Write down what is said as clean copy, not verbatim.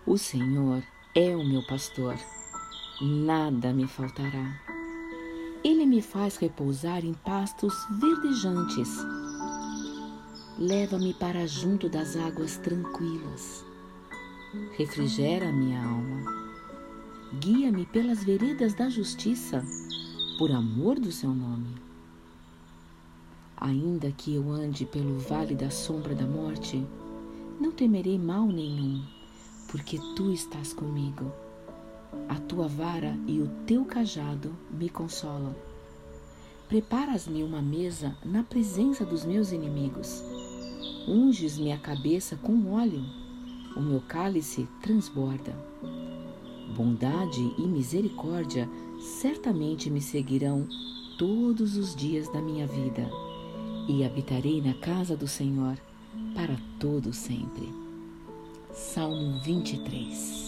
O Senhor é o meu pastor, nada me faltará. Ele me faz repousar em pastos verdejantes. Leva-me para junto das águas tranquilas. Refrigera a minha alma. Guia-me pelas veredas da justiça, por amor do seu nome. Ainda que eu ande pelo vale da sombra da morte, não temerei mal nenhum, porque tu estás comigo. A tua vara e o teu cajado me consolam. Preparas-me uma mesa na presença dos meus inimigos. Unges-me a cabeça com óleo, o meu cálice transborda. Bondade e misericórdia certamente me seguirão todos os dias da minha vida, e habitarei na casa do Senhor para todo sempre. Salmo 23.